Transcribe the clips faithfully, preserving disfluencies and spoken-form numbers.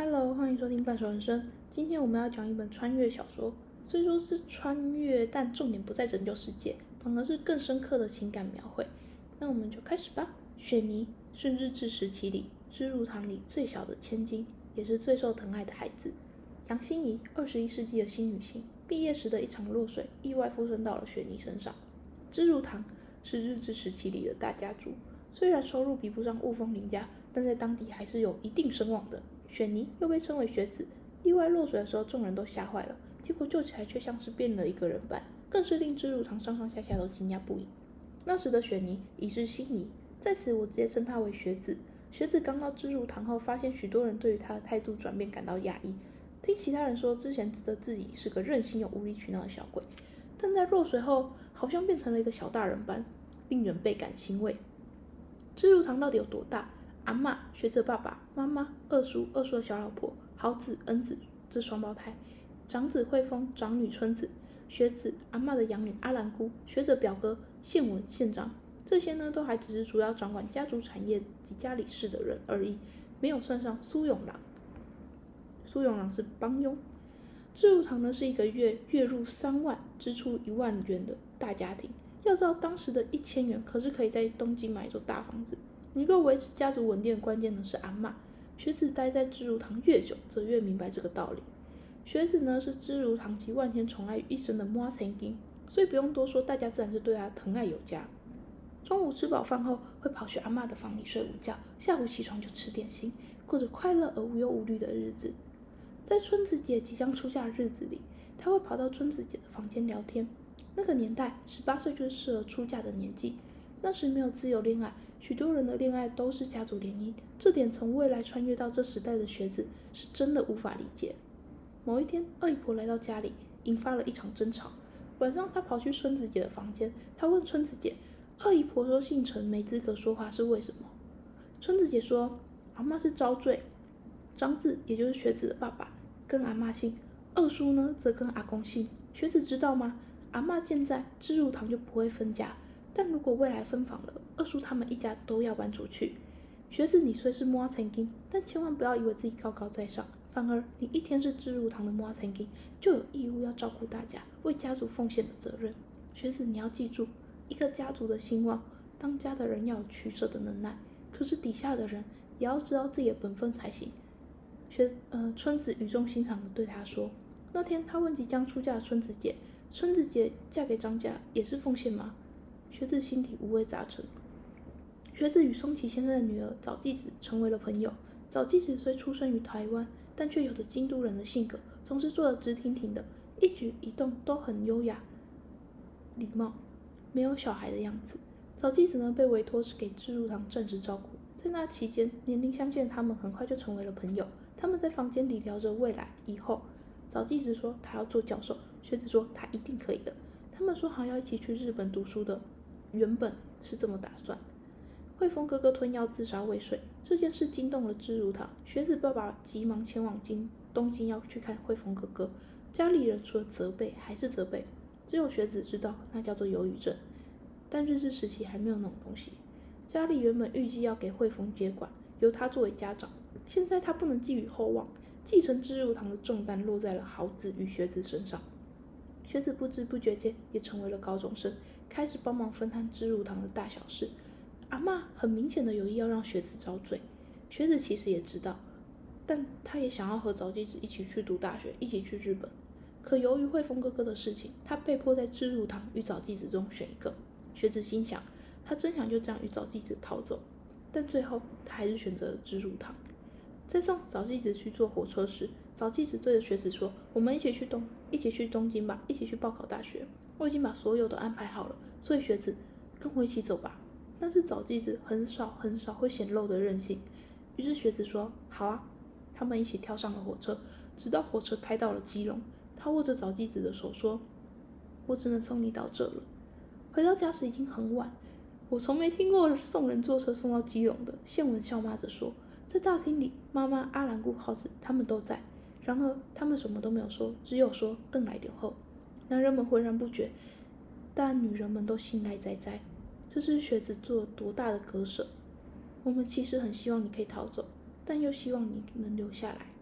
Hello，欢迎收听半熟人生。今天我们要讲一本穿越小说，虽说是穿越，但重点不在拯救世界，反而是更深刻的情感描绘。那我们就开始吧。雪妮是日治时期里织如堂里最小的千金，也是最受疼爱的孩子。杨心怡，二十一世纪的新女性，毕业时的一场落水，意外附身到了雪妮身上。织如堂是日治时期里的大家族，虽然收入比不上雾峰林家，但在当地还是有一定声望的。雪妮又被称为雪子，意外落水的时候，众人都吓坏了，结果救起来却像是变了一个人般，更是令织如堂上上下下都惊讶不已。那时的雪妮已是心仪，在此我直接称她为雪子。雪子刚到织如堂后，发现许多人对于她的态度转变感到讶异，听其他人说之前觉得自己是个任性又无理取闹的小鬼，但在落水后好像变成了一个小大人般，令人倍感欣慰。织如堂到底有多大？阿嬷、学者爸爸妈妈、二叔、二叔的小老婆、好子、恩子这双胞胎，长子惠丰、长女春子、学子阿嬷的养女阿兰姑、学者表哥宪文、宪章，这些呢都还只是主要掌管家族产业及家里事的人而已，没有算上苏永郎。苏永郎是帮佣。织如堂呢是一个月月入三万、支出一万元的大家庭。要知道当时的一千元可是可以在东京买一座大房子。能够维持家族稳定的关键呢是阿嬷。学子待在织如堂越久，则越明白这个道理。学子呢是织如堂集万千宠爱于一身的摸千金，所以不用多说，大家自然是对他疼爱有加。中午吃饱饭后，会跑去阿嬷的房里睡午觉，下午起床就吃点心，过着快乐而无忧无虑的日子。在春子姐即将出嫁的日子里，他会跑到春子姐的房间聊天。那个年代，十八岁就是适合出嫁的年纪。那时没有自由恋爱，许多人的恋爱都是家族联姻，这点从未来穿越到这时代的学子是真的无法理解。某一天，二姨婆来到家里，引发了一场争吵。晚上，她跑去春子姐的房间，她问春子姐：“二姨婆说姓陈没资格说话是为什么？”春子姐说：“阿嬷是招赘，张子也就是学子的爸爸跟阿嬷姓，二叔呢则跟阿公姓。学子知道吗？阿嬷健在，织如堂就不会分家。但如果未来分房了，二叔他们一家都要搬出去。学子你虽是摸千金，但千万不要以为自己高高在上，反而你一天是织如堂的摸千金，就有义务要照顾大家，为家族奉献的责任。学子你要记住，一个家族的兴旺，当家的人要有取舍的能耐，可是底下的人也要知道自己的本分才行。学呃春子语重心长地对他说。那天他问即将出嫁的春子姐，春子姐嫁给张家也是奉献吗？学子心里五味杂陈。学子与松崎先生的女儿早纪子成为了朋友。早纪子虽出生于台湾，但却有着京都人的性格，总是做得直挺挺的，一举一动都很优雅、礼貌，没有小孩的样子。早纪子呢，被委托是给织如堂暂时照顾。在那期间，年龄相近的他们很快就成为了朋友。他们在房间里聊着未来、以后。早纪子说他要做教授，学子说他一定可以的。他们说好要一起去日本读书的。原本是这么打算。惠丰哥哥吞药自杀未遂，这件事惊动了织如堂。学子爸爸急忙前往京东京要去看惠丰哥哥，家里人除了责备还是责备，只有学子知道那叫做忧郁症。但日治时期还没有那种东西。家里原本预计要给惠丰接管，由他作为家长，现在他不能寄予厚望，继承织如堂的重担落在了好子与学子身上。学子不知不觉间也成为了高中生，开始帮忙分摊织如堂的大小事。阿嬷很明显的有意要让学子遭罪，学子其实也知道，但他也想要和早纪子一起去读大学，一起去日本。可由于惠丰哥哥的事情，他被迫在织如堂与早纪子中选一个。学子心想，他真想就这样与早纪子逃走，但最后他还是选择了织如堂。在送早纪子去坐火车时，早纪子对着学子说：“我们一起去东，一起去东京吧，一起去报考大学。我已经把所有都安排好了，所以学子，跟我一起走吧。”但是早纪子很少很少会显露的任性，于是学子说：“好啊。”他们一起跳上了火车，直到火车开到了基隆。他握着早纪子的手说：“我只能送你到这了。”回到家时已经很晚，我从没听过送人坐车送到基隆的。宪文笑骂着说。在大厅里，妈妈、阿兰姑、浩子他们都在。然而，他们什么都没有说，只有说邓来点后。男人们浑然不觉，但女人们都信赖在在。这是学子做了多大的割舍。我们其实很希望你可以逃走，但又希望你能留下来。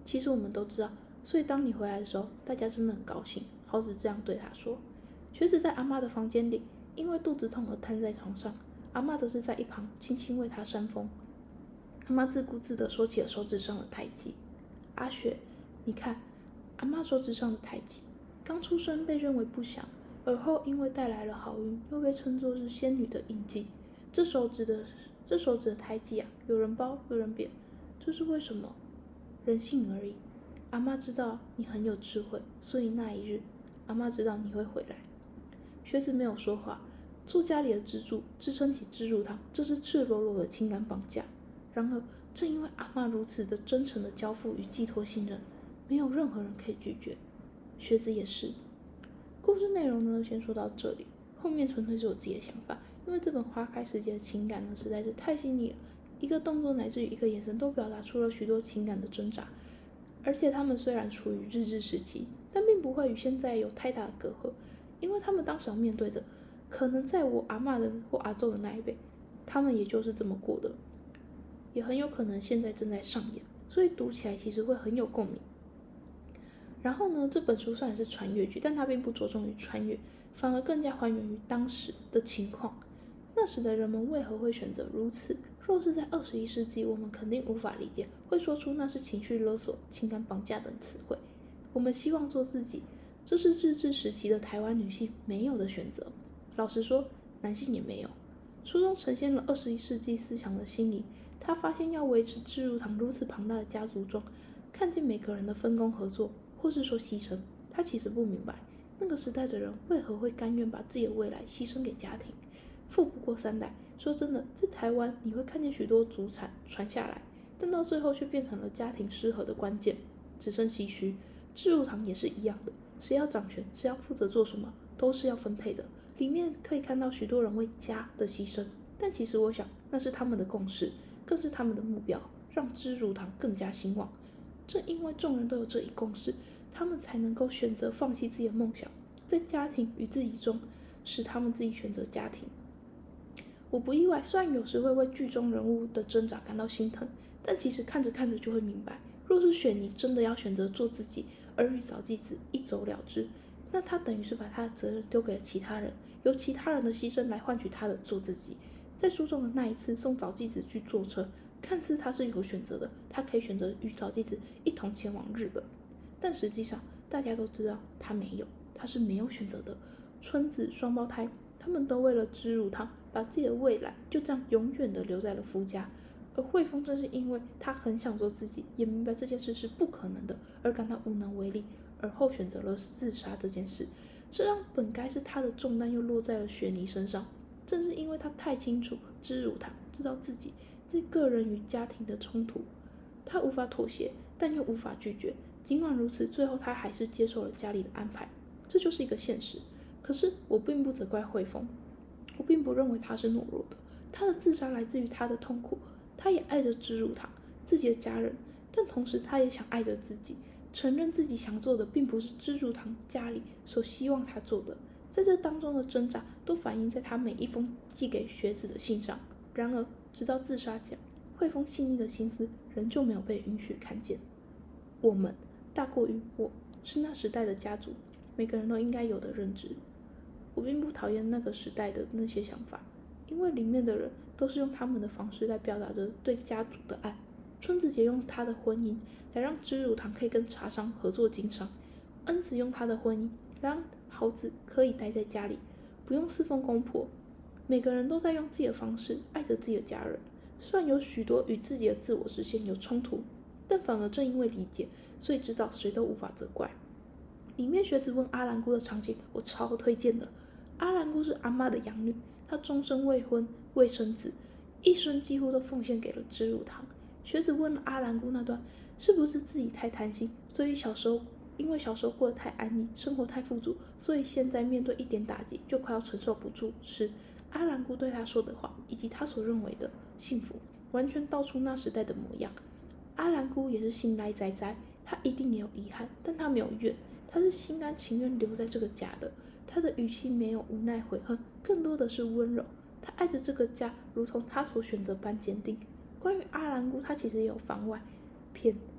其实我们都知道，所以当你回来的时候，大家真的很高兴。豪子这样对他说。学子在阿嬷的房间里，因为肚子痛而瘫在床上，阿嬷则是在一旁轻轻为他扇风。阿嬷自顾自地说起了手指上的胎记。阿雪，你看，阿嬷手指上的胎记，刚出生被认为不祥，而后因为带来了好运，又被称作是仙女的印记。这手指的这手指的胎记啊，有人包，有人扁，这是为什么？人性而已。阿嬷知道你很有智慧，所以那一日，阿嬷知道你会回来。学子没有说话，做家里的支柱，支撑起支柱堂，这是赤裸裸的情感绑架。然而，正因为阿嬷如此的真诚的交付与寄托信任，没有任何人可以拒绝。学子也是。故事内容呢，先说到这里，后面纯粹是我自己的想法，因为这本花开时节的情感呢，实在是太细腻了，一个动作乃至于一个眼神都表达出了许多情感的挣扎。而且他们虽然处于日治时期，但并不会与现在有太大的隔阂，因为他们当时要面对的，可能在我阿嬷的或阿祖的那一辈，他们也就是这么过的，也很有可能现在正在上演，所以读起来其实会很有共鸣。然后呢，这本书虽然是穿越剧，但它并不着重于穿越，反而更加还原于当时的情况。那时的人们为何会选择如此？若是在二十一世纪，我们肯定无法理解，会说出那是情绪勒索、情感绑架等词汇。我们希望做自己，这是日治时期的台湾女性没有的选择。老实说，男性也没有。书中呈现了二十一世纪思想的心理。他发现要维持置入堂如此庞大的家族中，看见每个人的分工合作，或是说牺牲，他其实不明白那个时代的人为何会甘愿把自己的未来牺牲给家庭。富不过三代，说真的，在台湾你会看见许多祖产传下来，但到最后却变成了家庭失和的关键，只剩唏嘘。置入堂也是一样的，谁要掌权，谁要负责做什么，都是要分配的。里面可以看到许多人为家的牺牲，但其实我想那是他们的共识，更是他们的目标，让知如堂更加兴旺。正因为众人都有这一共识，他们才能够选择放弃自己的梦想，在家庭与自己中，使他们自己选择家庭。我不意外，虽然有时会为剧中人物的挣扎感到心疼，但其实看着看着就会明白，若是雪妮真的要选择做自己，而与早纪子一走了之，那他等于是把他的责任丢给了其他人，由其他人的牺牲来换取他的做自己。在书中的那一次送早纪子去坐车，看似他是有选择的，他可以选择与早纪子一同前往日本，但实际上大家都知道他没有，他是没有选择的。春子双胞胎，他们都为了知如堂，把自己的未来就这样永远的留在了夫家。而惠丰正是因为他很想做自己，也明白这件事是不可能的，而感到无能为力，而后选择了自杀这件事。这让本该是他的重担又落在了雪妮身上。正是因为他太清楚知如堂，知道自己在个人与家庭的冲突，他无法妥协，但又无法拒绝。尽管如此，最后他还是接受了家里的安排，这就是一个现实。可是我并不责怪惠丰，我并不认为他是懦弱的，他的自杀来自于他的痛苦。他也爱着知如堂自己的家人，但同时他也想爱着自己，承认自己想做的并不是知如堂家里所希望他做的。在这当中的挣扎都反映在他每一封寄给学子的信上。然而直到自杀前，惠丰细腻的心思仍旧没有被允许看见。我们大过于我，是那时代的家族每个人都应该有的认知。我并不讨厌那个时代的那些想法，因为里面的人都是用他们的方式来表达着对家族的爱。春子姐用她的婚姻来让知如堂可以跟茶商合作经商，恩子用她的婚姻让豪子可以待在家里，不用侍奉公婆。每个人都在用自己的方式爱着自己的家人，虽然有许多与自己的自我实现有冲突，但反而正因为理解，所以知道谁都无法责怪。里面学子问阿兰姑的场景我超推荐的。阿兰姑是阿嬷的养女，她终身未婚未生子，一生几乎都奉献给了知如堂。学子问了阿兰姑那段是不是自己太贪心，所以小时候因为小时候过得太安逸，生活太富足，所以现在面对一点打击就快要承受不住时，阿兰姑对他说的话以及他所认为的幸福，完全道出那时代的模样。阿兰姑也是心来哉哉，她一定也有遗憾，但她没有怨，她是心甘情愿留在这个家的。她的语气没有无奈悔恨，更多的是温柔。她爱着这个家，如同她所选择般坚定。关于阿兰姑，她其实也有番外篇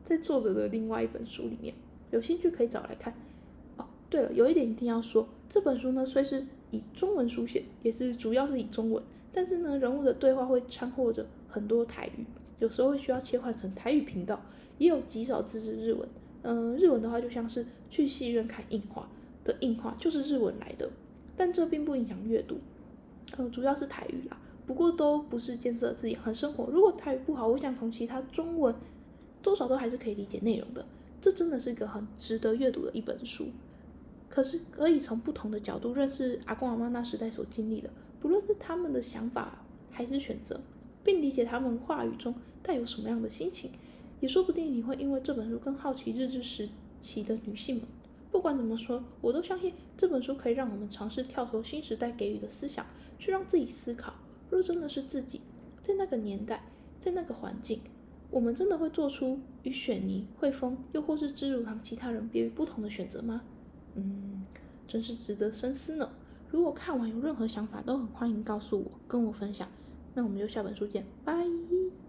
在作者的另外一本书里面，有兴趣可以找来看。哦，对了，有一点一定要说，这本书呢虽是以中文书写，也是主要是以中文，但是呢人物的对话会掺和着很多台语，有时候会需要切换成台语频道，也有极少字是日文。嗯、呃，日文的话就像是去戏院看映画的映画就是日文来的，但这并不影响阅读。呃，主要是台语啦，不过都不是监测字眼，很生活。如果台语不好，我想从其他中文多少都还是可以理解内容的。这真的是一个很值得阅读的一本书。可是可以从不同的角度认识阿公阿妈那时代所经历的，不论是他们的想法还是选择，并理解他们话语中带有什么样的心情。也说不定你会因为这本书更好奇日治时期的女性们。不管怎么说，我都相信这本书可以让我们尝试跳脱新时代给予的思想，去让自己思考，若真的是自己在那个年代，在那个环境，我们真的会做出与雪妮、惠丰又或是知如堂其他人别于不同的选择吗？嗯，真是值得深思呢。如果看完有任何想法，都很欢迎告诉我，跟我分享。那我们就下本书见，拜。